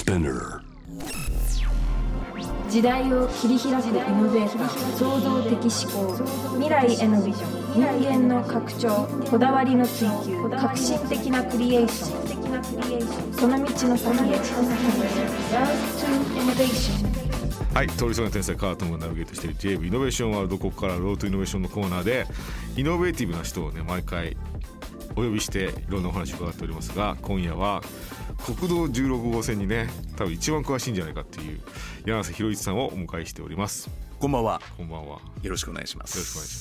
Spinner。 時代を切り開くイノベーター、創造的思考、未来へのビジョン、人間の拡張、こだわりの追求、革新的なクリエーション、その道の先へ Love to Innovation。 はい、通りそうな天才カートンがナビゲートしている JAVE イノベーションワールド、ここからロートイノベーションのコーナーでイノベーティブな人をね毎回お呼びしていろんなお話を伺っておりますが、今夜は国道16号線にね多分一番詳しいんじゃないかっていう柳瀬博一さんをお迎えしております。 こんばんは。 こんばんは。 よろしくお願いします。 よろしくお願いします。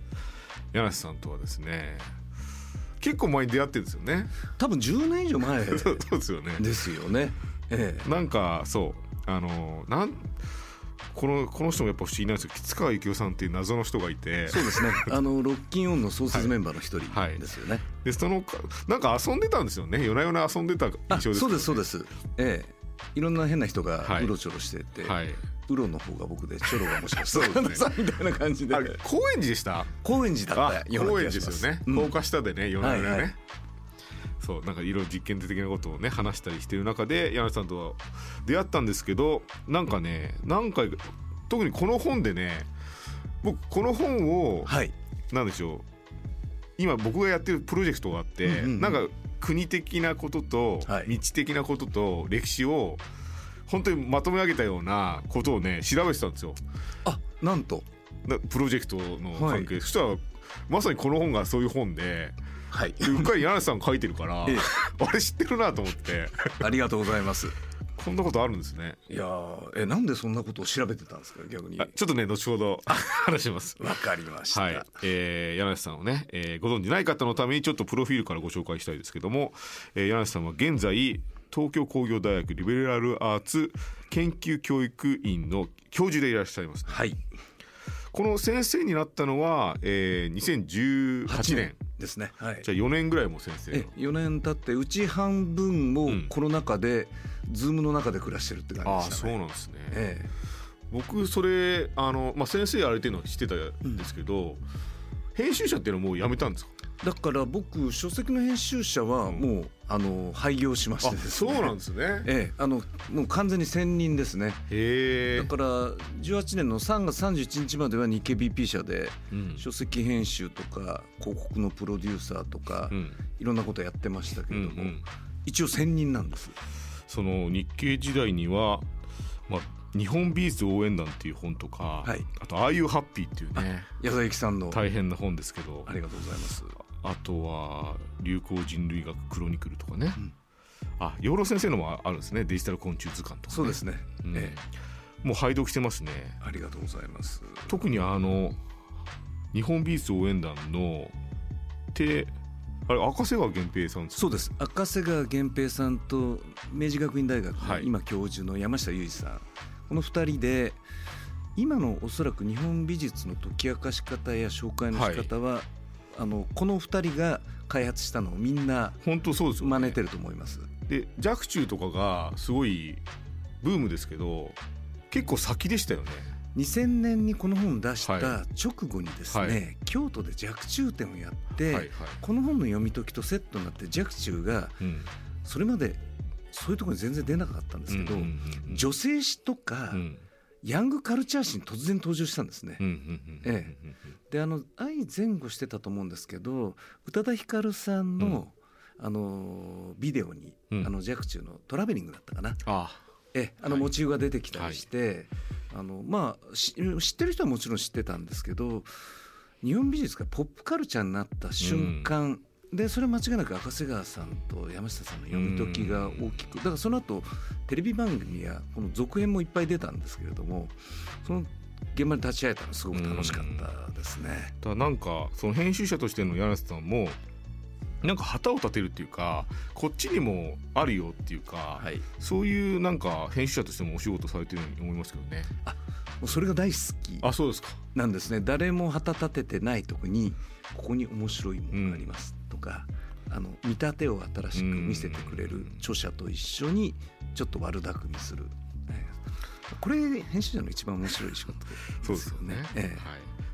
柳瀬さんとはですね結構前に出会ってるんですよね。 多分10年以上前そうですよね。 ですよね。 なんかそうこの人もやっぱ不思議なんですよ。吉川幸雄さんっていう謎の人がいて。 そうですね。ロッキンオンの創設メンバーの一人ですよね。 はいはい、でなんか遊んでたんですよね。夜な夜な遊んでた印象です、ね、 そうですそうです。いろんな変な人がうろちょろしてて、 はい、 うろの方が僕でチョロがもしかしてそうですねみたいな感じで。 あれ高円寺でした。 高円寺だったような気がします。 高円寺ですよね、高架下でね夜な夜なね、はいはい、そうなんかいろいろ実験的なことをね話したりしてる中で柳さんとは出会ったんですけど、なんかね何回特にこの本でね、僕この本を、はい、なんでしょう、今僕がやってるプロジェクトがあって、なんか国的なことと、はい、道的なことと歴史を本当にまとめ上げたようなことをね調べてたんですよ。 あ、なんとプロジェクトの関係、はい、そしたらまさにこの本がそういう本で、はい、うっかり柳さん書いてるから、あれ知ってるなと思ってありがとうございます。 こんなことあるんですね。 いやなんでそんなことを調べてたんですか逆に。 ちょっとね後ほど話します。 わかりました。 はい、柳瀬さんをね、ご存じない方のためにちょっとプロフィールからご紹介したいですけども、柳瀬さんは現在東京工業大学リベラルアーツ研究教育院の教授でいらっしゃいます、ね。はい。この先生になったのは、2018年ですね。はい、 じゃあ4年ぐらいも先生。 4年経ってうち半分もコロナ禍で、ズームの中で暮らしてるって感じでしたね。 あ、そうなんですね。僕それ先生あれっていうのは知ってたんですけど、編集者っていうのはもうやめたんですか？だから僕書籍の編集者はもう、廃業しましてですね。 そうなんですね。 もう完全に専任ですね。だから18年の3月31日までは日経 BP 社で、書籍編集とか広告のプロデューサーとか、いろんなことやってましたけれども、一応専任なんです。 その日経時代には、日本美術応援団っていう本とか、はい、あとAre You Happyっていうね矢沢永吉さんの大変な本ですけど、 ありがとうございます。 あとは流行人類学クロニクルとかね、養老先生のもあるんですね。デジタル昆虫図鑑とか、ね、 そうですね、 もう拝読してますね。 ありがとうございます。 特に日本美術応援団のあれ赤瀬川源平さんですか？ そうです。赤瀬川源平さんと明治学院大学の今教授の山下裕二さん、この2人で今のおそらく日本美術の解き明かし方や紹介の仕方は、この2人が開発したのをみんな本当そうですよね。 真似てると思います。 で若冲とかがすごいブームですけど結構先でしたよね。 2000年にこの本出した直後にですね、京都で若冲展をやって、この本の読み解きとセットになって若冲が、それまでそういうところに全然出なかったんですけど、女性誌とか、ヤングカルチャー誌に突然登場したんですね。で愛前後してたと思うんですけど、宇多田ヒカルさんの、ビデオに、若冲のトラベリングだったかな、モチーフが出てきたりして、知ってる人はもちろん知ってたんですけど、日本美術がポップカルチャーになった瞬間、でそれは間違いなく赤瀬川さんと山下さんの読み解きが大きく、だからその後テレビ番組やこの続編もいっぱい出たんですけれども、その現場に立ち会えたのすごく楽しかったですね。 だなんかその編集者としての柳瀬さんもなんか旗を立てるっていうか、こっちにもあるよっていうか、そういうなんか編集者としてもお仕事されてるように思いますけどね。 もうそれが大好きなんですね。誰も旗立ててないとこにここに面白いものがありますとか、見立てを新しく見せてくれる著者と一緒にちょっと悪巧みする、これ編集者の一番面白い仕事ですよね。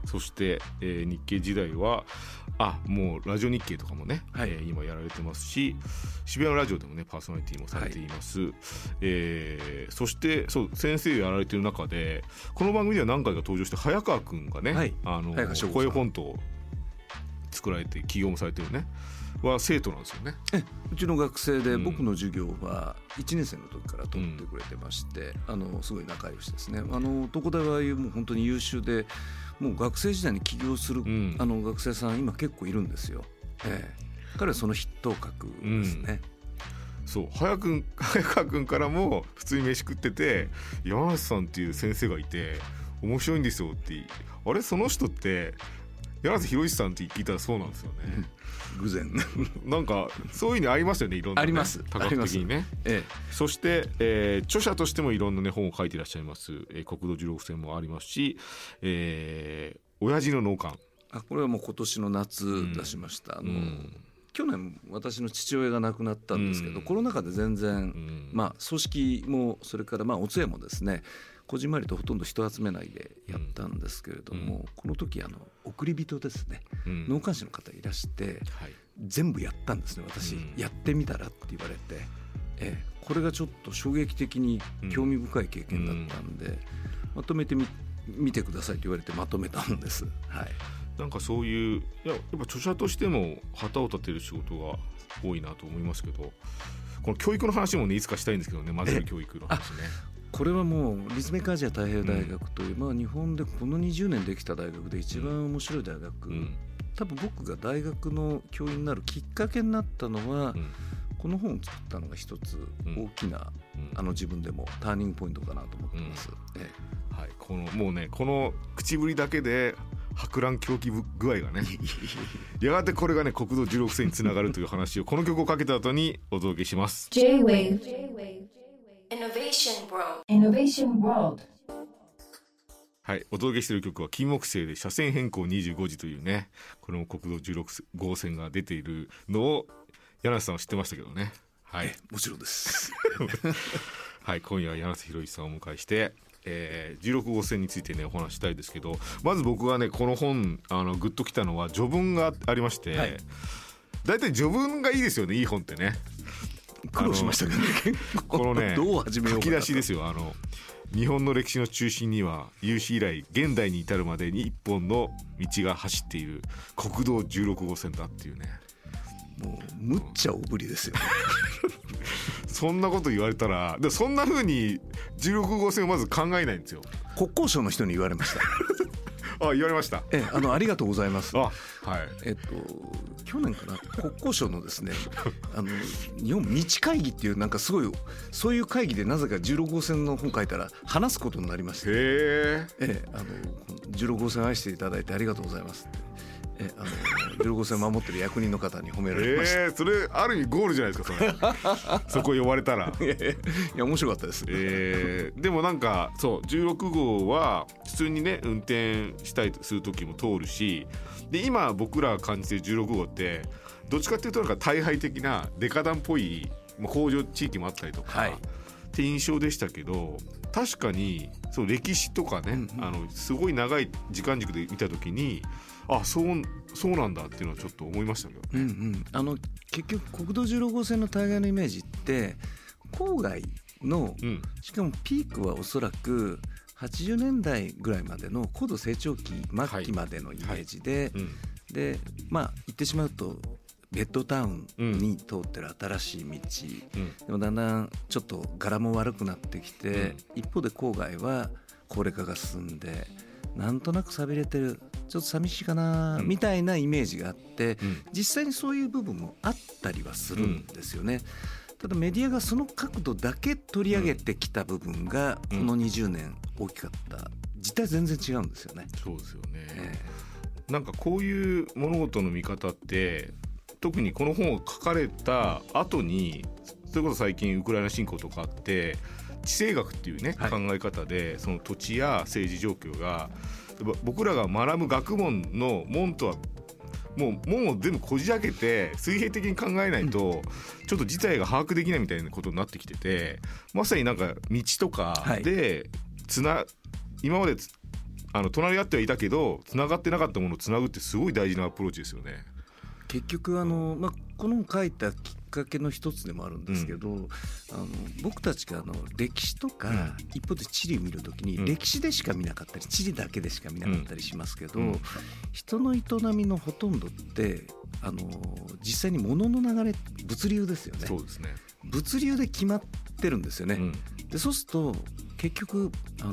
そして、日経時代はもうラジオ日経とかもね、今やられてますし、渋谷のラジオでもねパーソナリティもされています、そして先生やられてる中でこの番組では何回か登場して早川くんがね、声フォントを作られて起業もされてるねは生徒なんですよね。 うちの学生で、僕の授業は1年生の時から取ってくれてまして、すごい仲良しですね。東大はもう本当に優秀で、もう学生時代に起業する、学生さん今結構いるんですよ。彼はその筆頭格ですね。 そう早川君からも普通に飯食ってて、山梨さんっていう先生がいて面白いんですよって、あれその人って柳瀬博一さんって聞いたらそうなんですよね。 偶然なんかそういう風にありますよね、いろんな、ね、 あります、 多角的にね。そして、著者としてもいろんな、ね、本を書いていらっしゃいます、国土16選もありますし、親父の農館、 これはもう今年の夏出しました。去年私の父親が亡くなったんですけど、コロナ禍で全然、組織もそれからお通夜もですね、こじんまりとほとんど人集めないでやったんですけれども、この時送り人ですね、農家士の方いらして、全部やったんですね。私、やってみたらって言われて、これがちょっと衝撃的に興味深い経験だったんで、まとめて見てくださいと言われてまとめたんです。 なんかそういうやっぱ著者としても旗を立てる仕事が多いなと思いますけど、この教育の話もねいつかしたいんですけどね、混ぜる教育の話ね。 これはもう立命館アジア太平洋大学という、日本でこの20年できた大学で一番面白い大学、多分僕が大学の教員になるきっかけになったのは、この本を作ったのが一つ大きな、自分でもターニングポイントかなと思ってます。 もうねこの口ぶりだけで博覧狂気具合がねやがてこれがね国道16選につながるという話をこの曲をかけた後にお届けします。 J-Wave Innovation World。 お届けしている曲は金木犀で車線変更25時というね、この国道16号線が出ているのを柳瀬さんは知ってましたけどね。 もちろんです今夜は柳瀬博一さんをお迎えして16号線についてねお話したいですけど、まず僕がねこの本グッときたのは序文がありまして、だいたい序文がいいですよね、いい本ってね。 苦労しましたけどねこのねどう始めようかなと。 書き出しですよ。日本の歴史の中心には有史以来現代に至るまでに一本の道が走っている国道16号線だっていうね、 もうむっちゃおぶりですよねそんなこと言われたら、でそんな風に16号線をまず考えないんですよ。 国交省の人に言われました言われました。 ありがとうございます。去年かな、国交省のですね日本道会議っていうなんかすごいそういう会議でなぜか16号線の本書いたら話すことになりまして、16号線愛していただいてありがとうございますって16号線を守ってる役人の方に褒められました。 それある意味ゴールじゃないですかそれそこ呼ばれたらいや面白かったです。 でもなんかそう16号は普通にね運転したりする時も通るし、で今僕らが感じてる16号ってどっちかっていうとなんか大敗的なデカダンっぽい工場地域もあったりとか、って印象でしたけど、確かにそう歴史とかね、すごい長い時間軸で見た時にそうなんだっていうのはちょっと思いましたけどね。 結局国道16号線の大概のイメージって郊外の、しかもピークはおそらく80年代ぐらいまでの高度成長期末期までのイメージで、で言ってしまうとベッドタウンに通ってる新しい道、でもだんだんちょっと柄も悪くなってきて、一方で郊外は高齢化が進んでなんとなく寂れてる、ちょっと寂しいかなみたいなイメージがあって、実際にそういう部分もあったりはするんですよね。ただメディアがその角度だけ取り上げてきた部分がこの20年大きかった。実態全然違うんですよね。 そうですよね、なんかこういう物事の見方って特にこの本を書かれた後に、それこそ最近ウクライナ侵攻とかあって地政学っていうね、考え方でその土地や政治状況が僕らが学ぶ学問の門とはもう門を全部こじ開けて水平的に考えないとちょっと事態が把握できないみたいなことになってきてて、まさになんか道とかで今まで隣り合ってはいたけどつながってなかったものをつなぐってすごい大事なアプローチですよね。 結局この本書いたきっかけの一つでもあるんですけど、僕たちが歴史とか、一方で地理を見るときに、歴史でしか見なかったり地理だけでしか見なかったりしますけど、人の営みのほとんどって実際に物の流れ物流ですよね。 そうですね。物流で決まってるんですよね。でそうすると結局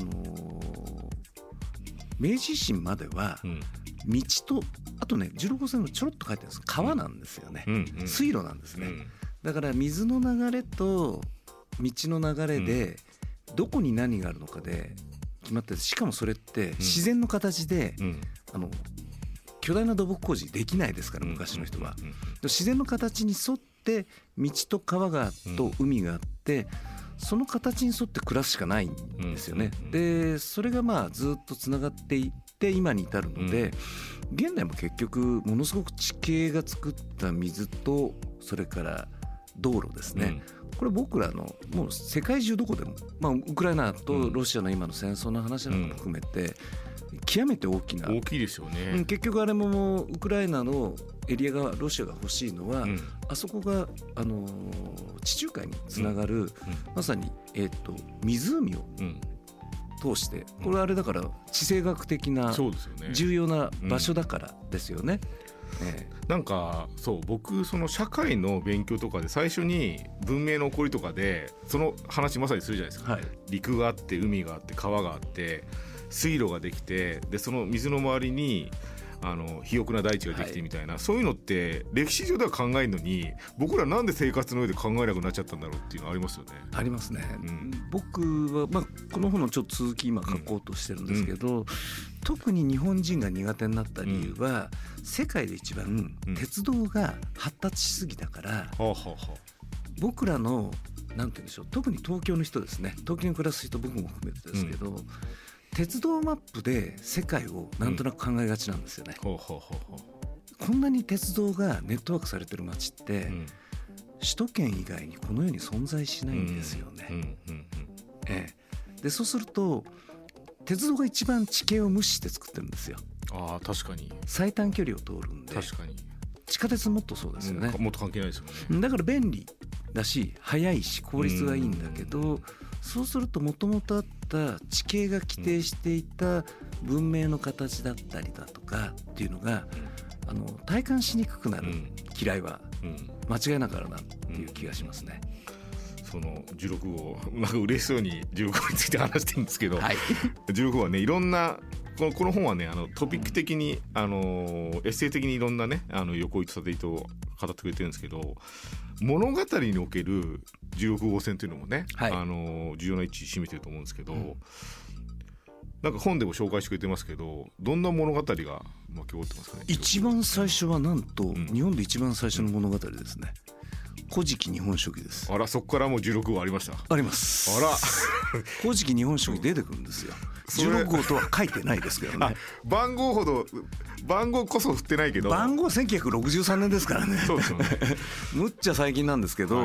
明治維新までは道とあとね16号線のちょろっと書いてあるんです川なんですよね、水路なんですね、だから水の流れと道の流れでどこに何があるのかで決まってて、しかもそれって自然の形で、巨大な土木工事できないですから昔の人は、自然の形に沿って道と川がと海があって、その形に沿って暮らすしかないんですよね、でそれがずっとつながっていって今に至るので、現代も結局ものすごく地形が作った水とそれから道路ですね、これ僕らのもう世界中どこでも、ウクライナとロシアの今の戦争の話なども含めて極めて大きいですよね、 結局あれもウクライナのエリアがロシアが欲しいのは、あそこが地中海につながる、まさに、湖を通して、これはあれだから地政学的な重要な場所だからですよね。 なんかそう僕その社会の勉強とかで最初に文明の起こりとかでその話まさにするじゃないですか、陸があって海があって川があって水路ができて、でその水の周りに肥沃な大地ができてみたいな、そういうのって歴史上では考えるのに僕らなんで生活の上で考えなくなっちゃったんだろうっていうのありますよね。 ありますね、僕は、この本のちょっと続き今書こうとしてるんですけど、特に日本人が苦手になった理由は、世界で一番鉄道が発達しすぎたから、僕らのなんて言うんでしょう、特に東京の人ですね、東京に暮らす人僕も含めてですけど、鉄道マップで世界をなんとなく考えがちなんですよね、こんなに鉄道がネットワークされてる街って、首都圏以外にこの世に存在しないんですよね、でそうすると鉄道が一番地形を無視して作ってるんですよ。 確かに最短距離を通るんで。 確かに地下鉄もっとそうですよね、 もっと関係ないですよね。 だから便利だし早いし効率がいいんだけど、そうするともともとあった地形が規定していた文明の形だったりだとかっていうのが体感しにくくなる、嫌いは間違いなくあるなっていう気がしますね。 その16号なんか嬉しそうに16号について話してるんですけど、16号はねいろんなこの本はねトピック的にエッセイ的にいろんなね横糸縦糸を語ってくれてるんですけど、物語における16号線というのもね、重要な位置占めてると思うんですけど、なんか本でも紹介してくれてますけど、どんな物語が巻き起こってますかね。 一番最初はなんと、日本で一番最初の物語ですね。古事記日本書紀です。 そこからもう16号ありました。 あります。古事記日本書紀出てくるんですよ。16号とは書いてないですけどね。番号こそ振ってないけど、 番号は1963年ですからね。 そうですよね。 むっちゃ最近なんですけど、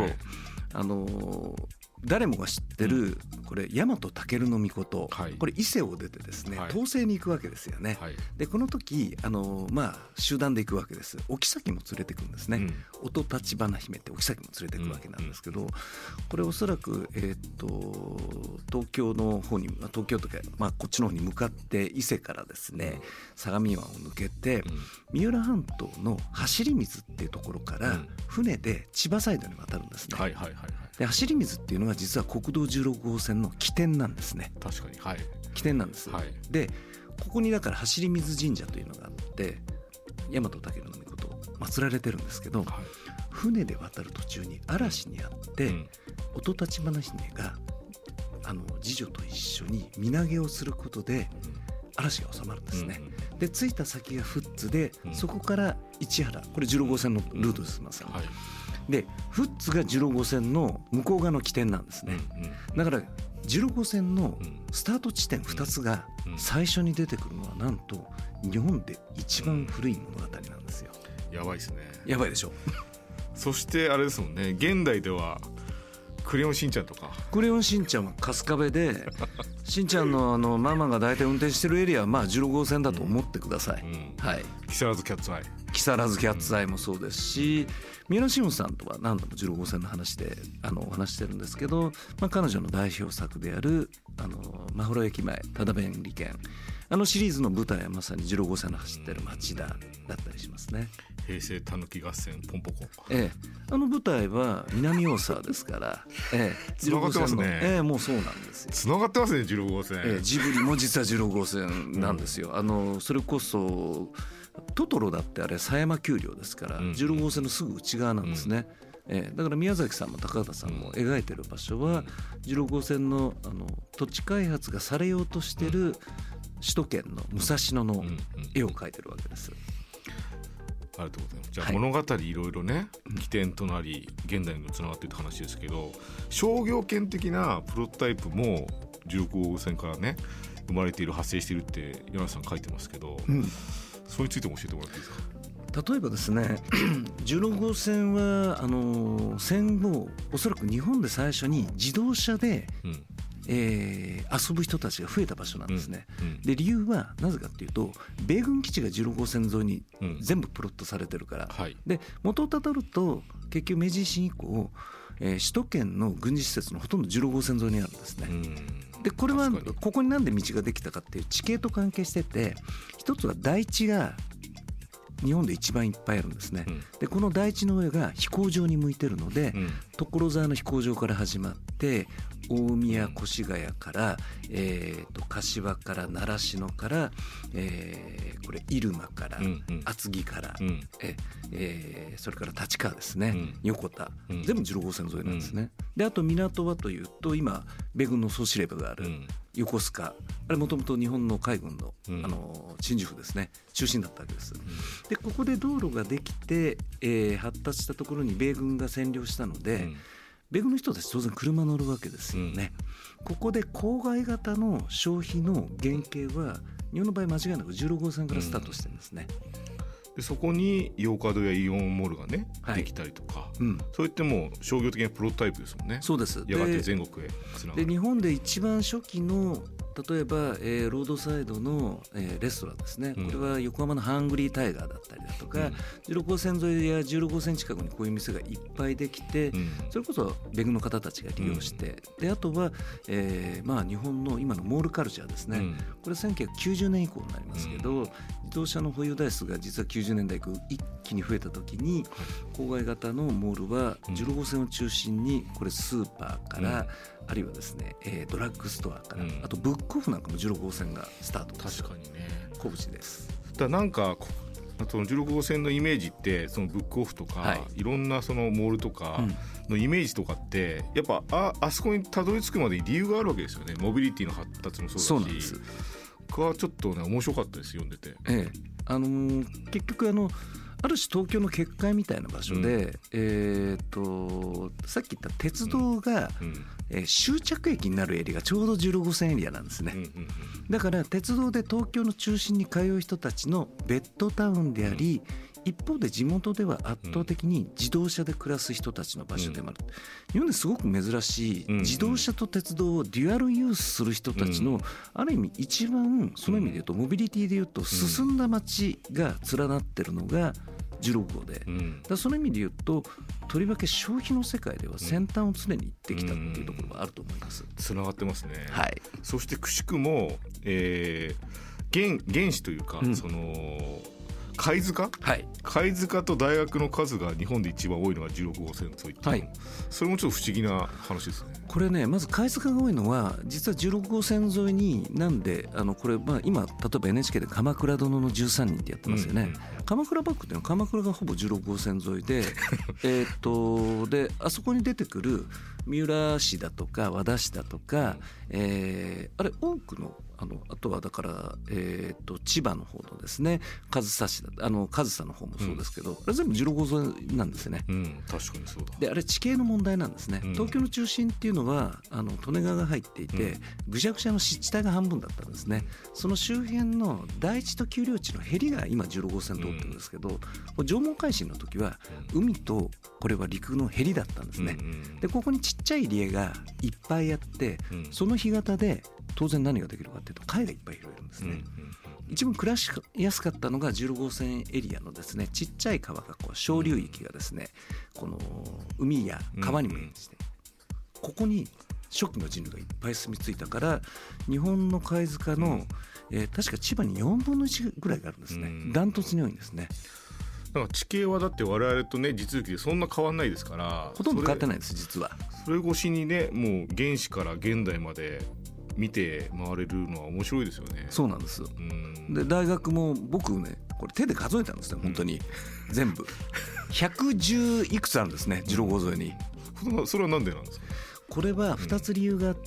誰もが知ってるこれ大和武の命、これ伊勢を出てですね、統制に行くわけですよね、でこの時集団で行くわけです。お妃も連れてくんですね、音立花姫ってお妃も連れてくわけなんですけど、これおそらく、東京の方に東京とか、こっちの方に向かって伊勢からですね、相模湾を抜けて、三浦半島の走水っていうところから船で千葉サイドに渡るんですね。で走水っていうのが実は国道16号線の起点なんですね。 確かに、 起点なんです、でここにだから走水神社というのがあって、大和武の命祀られてるんですけど、船で渡る途中に嵐にあって、音立花姫が次女と一緒に身投げをすることで嵐が収まるんですね、で着いた先が富津で、そこから市原、これ16号線のルートですまさに、で富津が16号線の向こう側の起点なんですね、だから16号線のスタート地点2つが最初に出てくるのはなんと日本で一番古い物語なんですよ。 やばいですね。 やばいでしょ。 そしてあれですもんね、現代ではクレヨンしんちゃんとか、 クレヨンしんちゃんは春日部でしんちゃんのママが大体運転してるエリアはまあ16号線だと思ってください、はい、 木更津キャッツアイ、 木更津キャッツアイもそうですし、三浦慎吾さんとは何度も16号線の話でお話してるんですけど、彼女の代表作である真幌駅前ただ便利券、シリーズの舞台はまさに16号線の走ってる町田だったりしますね。 平成たぬき合戦ポンポコ、 舞台は南大沢ですから、 つながってますね。 もうそうなんですよ。 つながってますね16号線、 ジブリも実は16号線なんですよ。それこそトトロだってあれ狭山丘陵ですから16号線のすぐ内側なんですね、だから宮崎さんも高畑さんも描いてる場所は16号線の土地開発がされようとしてる首都圏の武蔵野の絵を描いてるわけです。 ありがとうございます。じゃあ物語いろいろね、起点となり現代にもつながっている話ですけど、商業圏的なプロトタイプも16号線からね生まれている、発生しているって柳さん書いてますけど、それについても教えてもらっていいですか。 例えばですね16号線は戦後おそらく日本で最初に自動車で、遊ぶ人たちが増えた場所なんですね、で理由はなぜかっていうと米軍基地が16号線沿いに全部プロットされてるから、で元をたどると結局明治維新以降、首都圏の軍事施設のほとんど16号線沿いにあるんですね。でこれはここになんで道ができたかっていう地形と関係してて、一つは台地が日本で一番いっぱいあるんですね、でこの台地の上が飛行場に向いてるので、所沢の飛行場から始まって大宮越谷から、柏から習志野から、これ入間から、厚木から、それから立川ですね、横田、全部16号線沿いなんですね、であと港はというと今米軍の総司令部がある、横須賀、あれもともと日本の海軍の、真珠府ですね、中心だったわけです、でここで道路ができて、発達したところに米軍が占領したので、米軍の人たち当然車乗るわけですよね、ここで郊外型の消費の原型は日本の場合間違いなく16号線からスタートしてるんですね、 でそこにヨーカドーやイオンモールがね、できたりとか、そういってもう商業的なプロトタイプですもんね。 そうです。 やがて全国へつながる。 で日本で一番初期の例えば、ロードサイドの、レストランですね、これは横浜のハングリータイガーだったりだとか、16号線沿いや16号線近くにこういう店がいっぱいできて、それこそ米軍の方たちが利用して、であとは、日本の今のモールカルチャーですね、これ1990年以降になりますけど、自動車の保有台数が実は90年代以降一気に増えた時に、郊外型のモールは16号線を中心にこれスーパーから、あるいはですね、ドラッグストアから、あとブックオフなんかも16号線がスタートです。 確かにね、 小渕です。 だなんかその16号線のイメージって、そのブックオフとか、いろんなそのモールとかのイメージとかって、やっぱあそこにたどり着くまでに理由があるわけですよね。モビリティの発達もそうだし。 そうなんです。 僕はちょっとね面白かったです、読んでて。 結局ある種東京の結界みたいな場所で、さっき言った鉄道が、終着駅になるエリアがちょうど16号線エリアなんですね、だから鉄道で東京の中心に通う人たちのベッドタウンであり、一方で地元では圧倒的に自動車で暮らす人たちの場所でもある、日本ですごく珍しい、自動車と鉄道をデュアルユースする人たちの、ある意味一番その意味で言うと、モビリティで言うと進んだ街が連なってるのが16号で、だその意味で言うと、とりわけ消費の世界では先端を常に行ってきたっていうところがあると思います。 つながってますね、そしてくしくも、原子というか、その貝塚、貝塚と大学の数が日本で一番多いのが16号線沿いっていう、それもちょっと不思議な話ですね。 これね、まず貝塚が多いのは実は16号線沿いに、なんでこれ、今例えば NHK で鎌倉殿の13人ってやってますよね、鎌倉幕府っていうのは鎌倉がほぼ16号線沿いでであそこに出てくる三浦市だとか和田市だとか、あれ多くのあとはだから、千葉の方のですね上総市だ、上総の方もそうですけど、あれ全部16号線なんですね、 確かにそうだ。 であれ地形の問題なんですね、東京の中心っていうのは利根川が入っていて、ぐしゃぐしゃの湿地帯が半分だったんですね。その周辺の大地と丘陵地のへりが今16号線通ってるんですけど、縄文海進の時は海とこれは陸のへりだったんですね、でここにちっちゃい入り江がいっぱいあって、その干潟で当然何ができるかっていうと貝がいっぱい拾えるんですね。一番暮らしやすかったのが16号線エリアのですね、ちっちゃい川がこう小流域がですね、この海や川に面して、ここに初期の人類がいっぱい住み着いたから、日本の貝塚の、確か千葉に4分の1ぐらいがあるんですね。ダントツに多いんですね。 だから地形はだって我々とね地続きでそんな変わんないですから、 ほとんど変わってないです実は。 それ越しにね、もう原始から現代まで見て回れるのは面白いですよね。 そうなんです。で大学も僕ね、これ手で数えたんですね、本当に、全部110いくつあるんですね、16号沿いに。 それはなんでなんですか？ これは2つ理由があって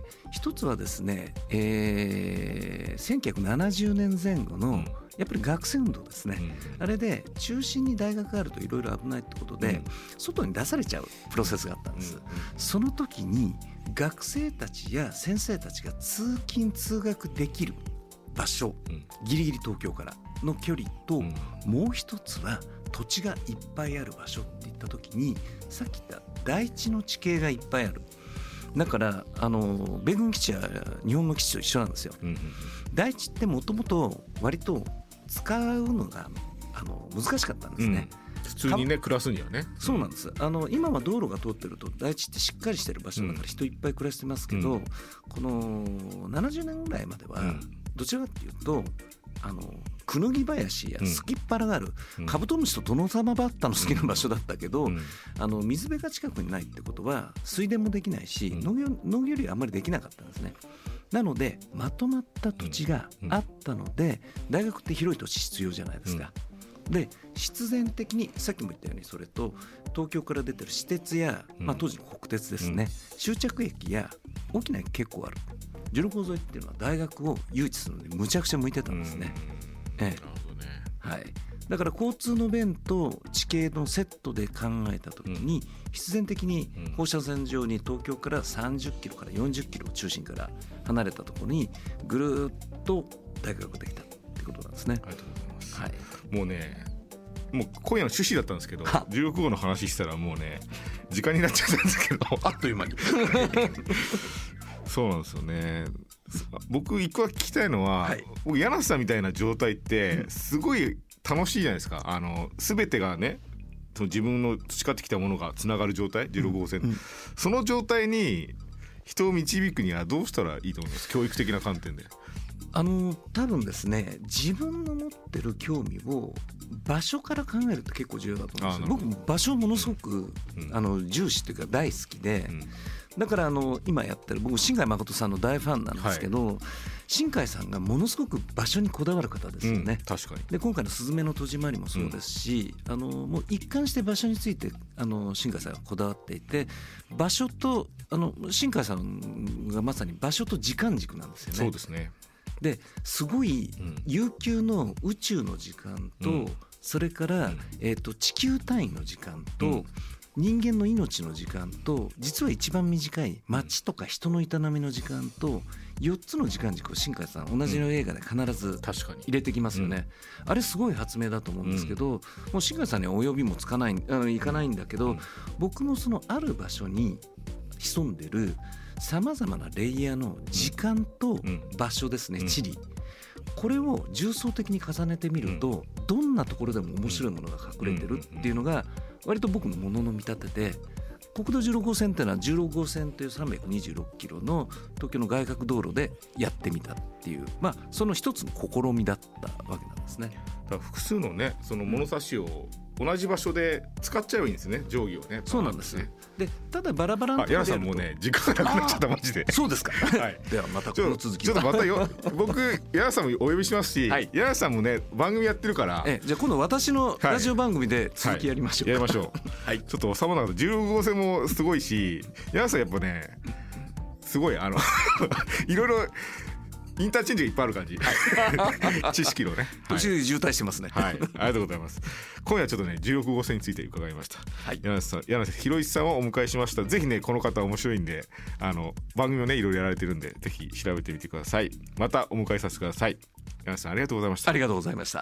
、1つはですね、1970年前後のやっぱり学生運動ですね、あれで中心に大学があるといろいろ危ないってことで、外に出されちゃうプロセスがあったんです。その時に学生たちや先生たちが通勤通学できる場所、ギリギリ東京からの距離と、もう一つは土地がいっぱいある場所っていった時に、さっき言った大地の地形がいっぱいある。だから米軍基地や日本の基地と一緒なんですよ。大地ってもともと割と使うのが難しかったんですね。 普通にね暮らすにはね。 そうなんです。今は道路が通ってると大地ってしっかりしてる場所だから人いっぱい暮らしてますけど、この70年ぐらいまではどちらかっていうとクヌギ林やスキッパラがある、カブトムシとトノサマバッタの好きな場所だったけど、水辺が近くにないってことは水田もできないし、農業類あんまりできなかったんですね。なのでまとまった土地があったので、大学って広い土地必要じゃないですか。で必然的にさっきも言ったように、それと東京から出てる私鉄や、当時の国鉄ですね、終着駅や大きな駅結構ある。16号沿いっていうのは大学を誘致するのにむちゃくちゃ向いてたんですね。 なるほどね。 はい。だから交通の便と地形のセットで考えた時に、必然的に放射線上に東京から30キロから40キロ中心から離れたところにぐるっと大学ができたってことなんですね。 ありがとうございます。 はい。 もうね、もう今夜の趣旨だったんですけど、16号の話したらもうね時間になっちゃったんですけどあっという間にそうなんですよね。僕一個聞きたいのは、僕柳瀬さんみたいな状態ってすごい楽しいじゃないですか。全てがね、その自分の培ってきたものがつながる状態、16号線、その状態に人を導くにはどうしたらいいと思います？教育的な観点で。 多分ですね、自分の持ってる興味を場所から考えるって結構重要だと思うんですよ。僕場所をものすごく、重視っていうか大好きで、だから今やってる僕新海誠さんの大ファンなんですけど、新海さんがものすごく場所にこだわる方ですよね。 確かに。 で今回のすずめの戸締まりもそうですし、もう一貫して場所について新海さんがこだわっていて、場所と新海さんがまさに場所と時間軸なんですよね。 そうですね。 ですごい悠久の宇宙の時間と、それから、地球単位の時間と、人間の命の時間と、実は一番短い街とか人の営みの時間と、4つの時間軸を新海さん同じの映画で必ず入れてきますよね。あれすごい発明だと思うんですけど、もう新海さんには及びもつかないいかないんだけど、僕もそのある場所に潜んでるさまざまなレイヤーの時間と場所ですね、地理、これを重層的に重ねてみると、どんなところでも面白いものが隠れてるっていうのが割と僕のものの見立てで、国道16号線っていうのは16号線という326キロの東京の外郭道路でやってみたっていう、その一つの試みだったわけなんですね。 だから複数のね、その物差しを同じ場所で使っちゃえばいいんですね、定規をね。 そうなんですね。でただバラバラのところでやると、 柳さんもうね時間がなくなっちゃったマジで。 そうですか、ではまたこの続きちょっとまた僕柳さんもお呼びしますし、柳さんもね番組やってるから、 じゃあ今度私のラジオ番組で続きやりましょうか。 やりましょう。ちょっと収まらなかった16号線もすごいし、柳さんやっぱねすごいいろいろインターチェンジがいっぱいある感じ、知識のね途中で渋滞してますね。 ありがとうございます。今夜ちょっとね16号線について伺いました。柳瀬博一さんをお迎えしました。ぜひねこの方面白いんで番組をねいろいろやられてるんで、ぜひ調べてみてください。またお迎えさせてください。柳瀬さんありがとうございました。 ありがとうございました。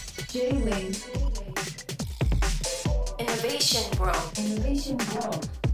J-Wave Innovation World